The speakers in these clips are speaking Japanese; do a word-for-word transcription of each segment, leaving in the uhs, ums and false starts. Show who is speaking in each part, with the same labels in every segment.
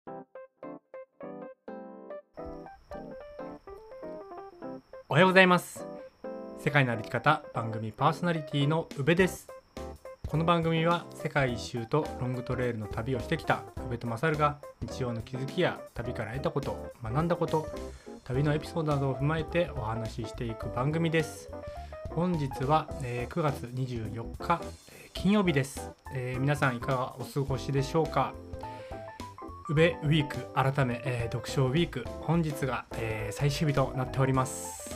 Speaker 1: おはようございます。世界の歩き方番組パーソナリティの宇部です。この番組は世界一周とロングトレイルの旅をしてきた宇部と勝が日常の気づきや旅から得たこと、学んだこと、旅のエピソードなどを踏まえてお話ししていく番組です。本日はくがつにじゅうよっか金曜日です。えー、皆さんいかがお過ごしでしょうか。宇部ウィーク改め、えー、読書ウィーク本日が、えー、最終日となっております。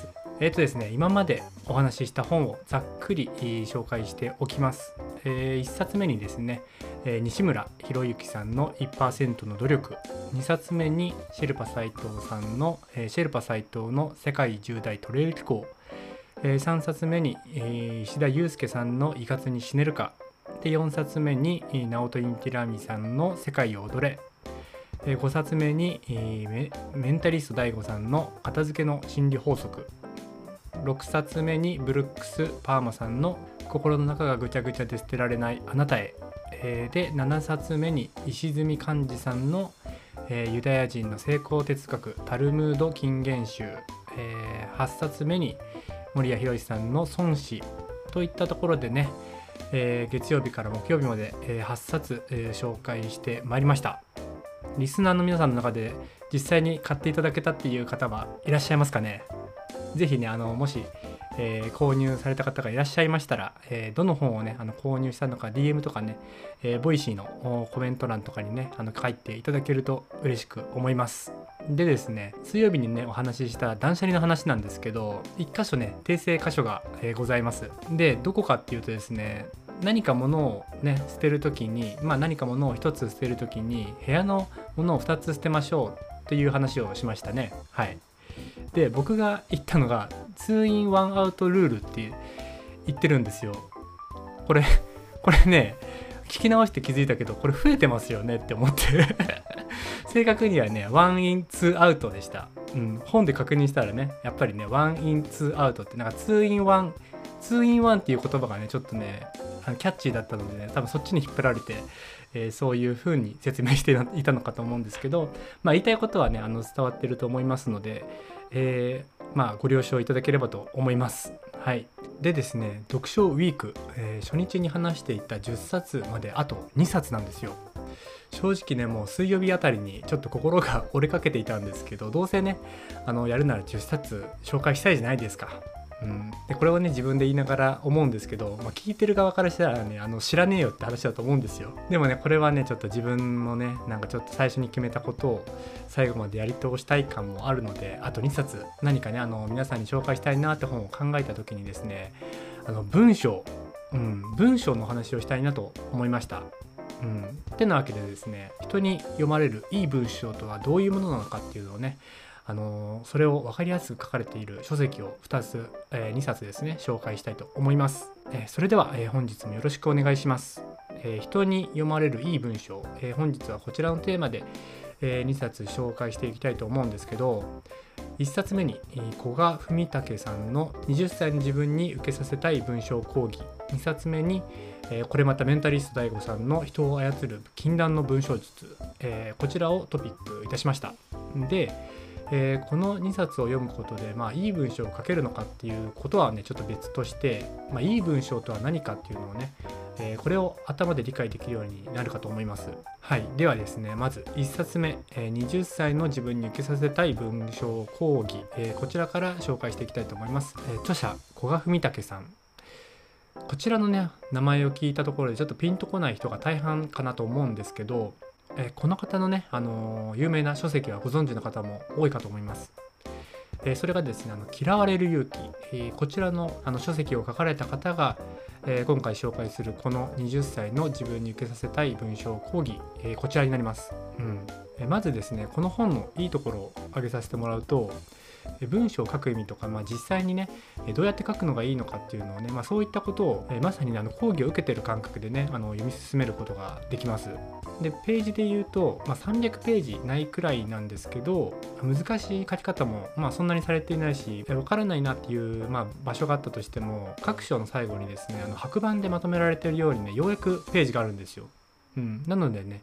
Speaker 1: えーとですね、今までお話しした本をざっくり、えー、紹介しておきます。えー、いっさつめにですね、えー、西村博之さんの いちパーセント の努力、にさつめにシェルパ斉藤さんの、えー、シェルパ斉藤の世界じゅう大トレイル機構、えー、さんさつめに、えー、石田祐介さんのいかつに死ねるかで、よんさつめにナオト・インティラミさんの世界を踊れ、ごさつめにメンタリスト ダイゴ さんの片付けの心理法則、ろくさつめにブルックス・パーマさんの心の中がぐちゃぐちゃで捨てられないあなたへ、でななさつめに石積寛治さんのユダヤ人の成功哲学タルムード金言集、はっさつめに森谷博さんの孫子といったところでね、えー、月曜日から木曜日まで、えー、はっさつ、えー、紹介してまいりました。リスナーの皆さんの中で実際に買っていただけたっていう方はいらっしゃいますかね。ぜひね、あのもし、えー、購入された方がいらっしゃいましたら、えー、どの本をねあの購入したのか ディーエム とかね、えー、ボイシーのコメント欄とかにねあの書いていただけると嬉しく思います。でですね、水曜日にねお話しした断捨離の話なんですけど、いっ箇所ね訂正箇所が、えー、ございます。でどこかっていうとですね、何か物をね捨てるときに、まあ何か物をひとつ捨てるときに部屋のものをふたつ捨てましょうという話をしましたね。はい。で僕が言ったのがツーインワンアウトルールって言ってるんですよ。これこれね聞き直して気づいたけど、これ増えてますよねって思って正確にはねワンインツーアウトでした。うん、本で確認したらねやっぱりねワンインツーアウトってなんかツーインワンツーインワンっていう言葉がねちょっとねキャッチーだったのでね、多分そっちに引っ張られて、えー、そういう風に説明していたのかと思うんですけど、まあ言いたいことはねあの伝わってると思いますので、えー、まあご了承いただければと思います。はい。でですね、読書ウィーク、えー、初日に話していたじゅっさつまであとにさつなんですよ。正直ねもう水曜日あたりにちょっと心が折れかけていたんですけど、どうせねあのやるならじゅっさつ紹介したいじゃないですか。うん、でこれをね自分で言いながら思うんですけど、まあ、聞いてる側からしたらねあの知らねえよって話だと思うんですよ。でもねこれはねちょっと自分のねなんかちょっと最初に決めたことを最後までやり通したい感もあるので、あとにさつ何かねあの皆さんに紹介したいなって本を考えた時にですね、あの文章、うん、文章の話をしたいなと思いました。うん、ってなわけでですね、人に読まれるいい文章とはどういうものなのかっていうのをね、あのー、それを分かりやすく書かれている書籍をふたつ、えー、にさつですね紹介したいと思います。えー、それでは、えー、本日もよろしくお願いします。えー、人に読まれるいい文章、えー、本日はこちらのテーマで、えー、にさつ紹介していきたいと思うんですけど、いっさつめに古賀文武さんのはたちの自分に受けさせたい文章講義、にさつめにえー、これまたメンタリスト ダイゴ さんの人を操る禁断の文章術、えー、こちらをトピックいたしました。で、えー、このにさつを読むことで、まあ、いい文章を書けるのかっていうことはねちょっと別として、まあ、いい文章とは何かっていうのをね、えー、これを頭で理解できるようになるかと思います。はい。ではですね、まずいっさつめ、えー、はたちの自分に受けさせたい文章講義、えー、こちらから紹介していきたいと思います。えー、著者古賀文武さん、こちらのね名前を聞いたところでちょっとピンとこない人が大半かなと思うんですけど、えこの方のね、あのー、有名な書籍はご存知の方も多いかと思います。えー、それがですね、あの嫌われる勇気、えー、こちらの、あの書籍を書かれた方が、えー、今回紹介するこのはたちの自分に受けさせたい文章講義、えー、こちらになります。うんえー、まずですね、この本のいいところを挙げさせてもらうと、文章を書く意味とか、まあ、実際にねどうやって書くのがいいのかっていうのをね、まあ、そういったことをまさにあの講義を受けてる感覚でねあの読み進めることができます。でページで言うと、まあ、さんびゃくページないくらいなんですけど、難しい書き方も、まあ、そんなにされていないし分からないなっていう、まあ、場所があったとしても各章の最後にですねあの白板でまとめられているようにねようやくページがあるんですよ。うん、なのでね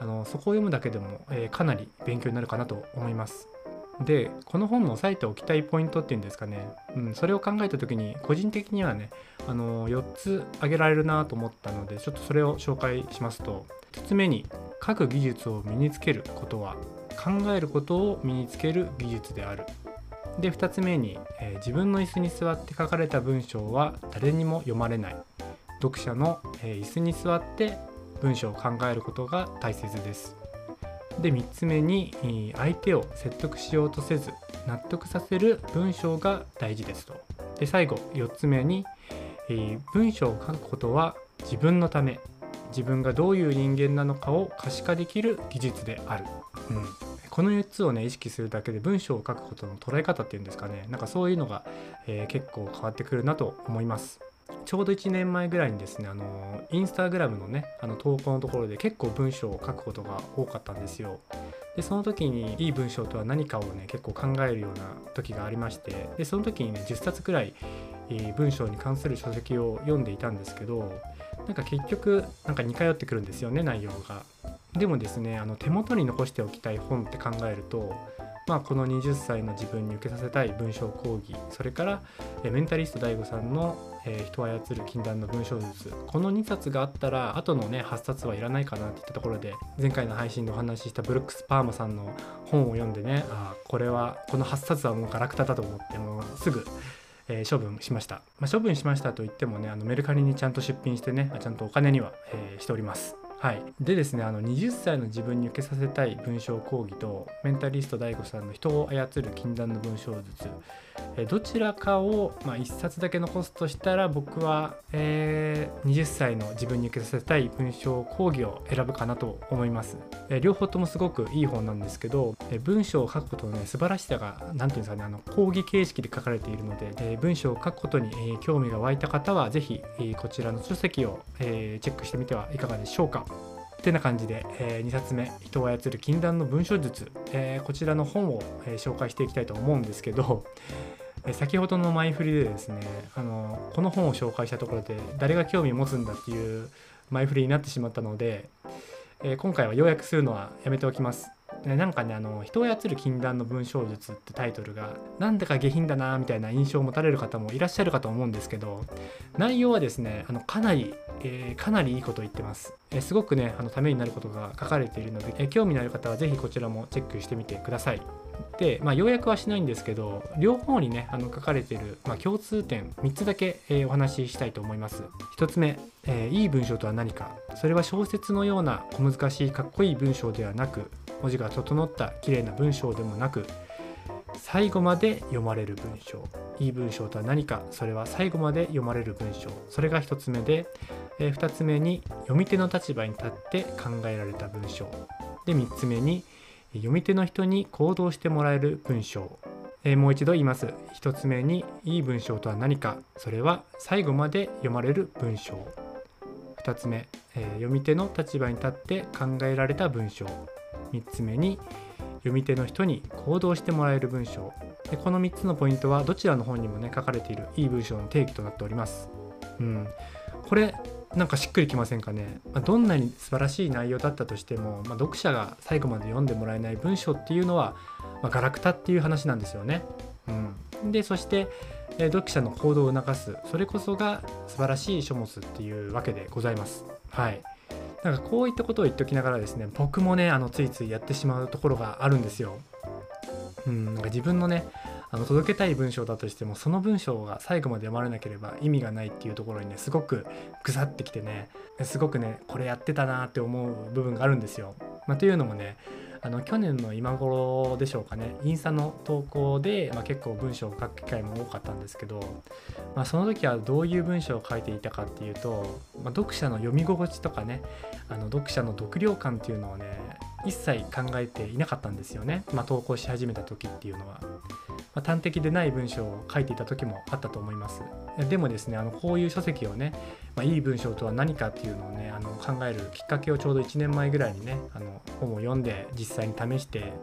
Speaker 1: あのそこを読むだけでも、えー、かなり勉強になるかなと思います。でこの本の押さえておきたいポイントっていうんですかね、うん、それを考えた時に個人的にはねあのよっつ挙げられるなと思ったので、ちょっとそれを紹介しますと、ひとつめに書く技術を身につけることは考えることを身につける技術である。でふたつめに、えー、自分の椅子に座って書かれた文章は誰にも読まれない。読者の、えー、椅子に座って文章を考えることが大切です。でみっつめに、相手を説得しようとせず納得させる文章が大事ですと。で最後よっつめに、えー、文章を書くことは自分のため、自分がどういう人間なのかを可視化できる技術である。うん、このよっつをね意識するだけで文章を書くことの捉え方っていうんですかね、なんかそういうのが、えー、結構変わってくるなと思います。ちょうどいちねんまえぐらいにですね、あのインスタグラムのねあの投稿のところで結構文章を書くことが多かったんですよ。でその時にいい文章とは何かをね結構考えるような時がありまして、でその時にねじゅっさつくらい、えー、文章に関する書籍を読んでいたんですけど、なんか結局なんか似通ってくるんですよね、内容が。でもですね、あの手元に残しておきたい本って考えると、まあ、このはたちの自分に受けさせたい文章講義、それからえメンタリスト ダイゴ さんの、えー、人を操る禁断の文章術、このにさつがあったら後のねはっさつはいらないかなっていったところで、前回の配信でお話ししたブルックス・パーマさんの本を読んでね、あこれはこのはっさつはもうガラクタだと思って、もうすぐえー、処分しました。まあ、処分しましたといってもね、あのメルカリにちゃんと出品してね、ちゃんとお金には、えー、しております。はい、でですね、あのはたちの自分に受けさせたい文章講義とメンタリスト ダイゴ さんの人を操る禁断の文章術、えー、どちらかを、まあ、いっさつだけ残すとしたら、僕は、えー、はたちの自分に受けさせたい文章講義を選ぶかなと思います。えー、両方ともすごくいい本なんですけど、えー、文章を書くことの、ね、素晴らしさが何ていうんですかね、あの講義形式で書かれているので、えー、文章を書くことに、えー、興味が湧いた方はぜひ、えー、こちらの書籍を、えー、チェックしてみてはいかがでしょうか。ってな感じで、えー、にさつめ、人を操る禁断の文章術、えー、こちらの本を、えー、紹介していきたいと思うんですけど、えー、先ほどの前振りでですね、あのこの本を紹介したところで誰が興味を持つんだっていう前振りになってしまったので、えー、今回は要約するのはやめておきます。なんかね、あの人を操る禁断の文章術ってタイトルがなんだか下品だなみたいな印象を持たれる方もいらっしゃるかと思うんですけど、内容はですね、あのかなり、えー、かなりいいことを言ってます。えー、すごくねあのためになることが書かれているので、えー、興味のある方はぜひこちらもチェックしてみてください。で、まあ、要約はしないんですけど、両方にねあの書かれている、まあ、共通点みっつだけ、えー、お話ししたいと思います。ひとつめ、えー、いい文章とは何か。それは小説のような小難しいかっこいい文章ではなく、文字が整った綺麗な文章でもなく、最後まで読まれる文章。いい文章とは何か。それは最後まで読まれる文章。それがひとつめで、えー、ふたつめに読み手の立場に立って考えられた文章で、みっつめに読み手の人に行動してもらえる文章。えー、もう一度言います。ひとつめにいい文章とは何か。それは最後まで読まれる文章。ふたつめ、えー、読み手の立場に立って考えられた文章。みっつめに読み手の人に行動してもらえる文章。でこのみっつのポイントはどちらの本にもね書かれているいい文章の定義となっております。うん、これなんかしっくりきませんかね。まあ、どんなに素晴らしい内容だったとしても、まあ、読者が最後まで読んでもらえない文章っていうのは、まあ、ガラクタっていう話なんですよね。うん、でそして、えー、読者の行動を促す、それこそが素晴らしい書物っていうわけでございます。はい。なんかこういったことを言っておきながらですね、僕もねあのついついやってしまうところがあるんですよ。うん、なんか自分のねあの届けたい文章だとしても、その文章が最後まで読まれなければ意味がないっていうところにねすごくぐさってきてね、すごくねこれやってたなって思う部分があるんですよ。まあ、というのもね、あの去年の今頃でしょうかね、インスタの投稿で、まあ、結構文章を書く機会も多かったんですけど、まあ、その時はどういう文章を書いていたかっていうと、まあ、読者の読み心地とかね、あの読者の読量感っていうのをね一切考えていなかったんですよね。まあ、投稿し始めた時っていうのは、まあ、端的でない文章を書いていた時もあったと思います。でもですね、あのこういう書籍をね、まあ、いい文章とは何かっていうのをねあの考えるきっかけをちょうどいちねんまえぐらいにねあの本を読んで実際に試して、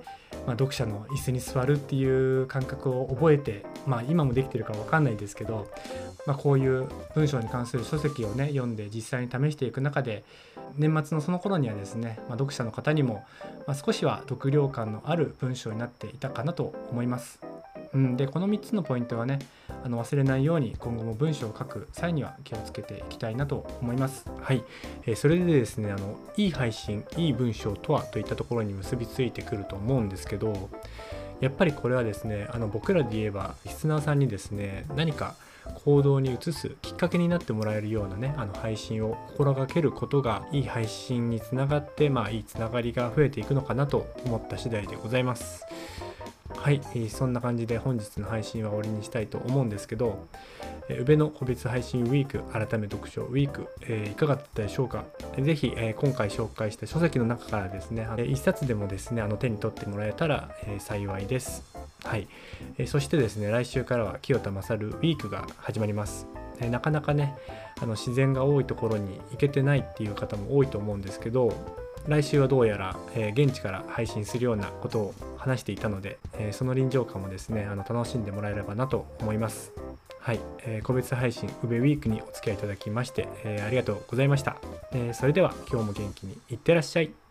Speaker 1: まあ、読者の椅子に座るっていう感覚を覚えて、まあ、今もできてるか分かんないですけど、まあ、こういう文章に関する書籍をね読んで実際に試していく中で、年末のその頃にはですね、まあ、読者の方にも、まあ、少しは読量感のある文章になっていたかなと思います。うん、でこのみっつのポイントはね、あの忘れないように今後も文章を書く際には気をつけていきたいなと思います。はい、えー、それでですね、あのいい配信、いい文章とはといったところに結びついてくると思うんですけど、やっぱりこれはですね、あの僕らで言えばリスナーさんにですね、何か行動に移すきっかけになってもらえるようなね、あの配信を心がけることがいい配信につながって、まあいいつながりが増えていくのかなと思った次第でございます。はい、えー、そんな感じで本日の配信は終わりにしたいと思うんですけど、えー、宇部の個別配信ウィーク、改め読書ウィーク、えー、いかがだったでしょうか。ぜひ、えー、今回紹介した書籍の中からですね、えー、一冊でもですね、あの手に取ってもらえたら、えー、幸いです。はい、えー、そしてですね、来週からは清田勝ウィークが始まります。えー、なかなかね、あの自然が多いところに行けてないっていう方も多いと思うんですけど、来週はどうやら、えー、現地から配信するようなことを話していたので、えー、その臨場感もですね、あの楽しんでもらえればなと思います。はい、えー、個別配信宇部ウィークにお付き合いいただきまして、えー、ありがとうございました。えー、それでは今日も元気にいってらっしゃい。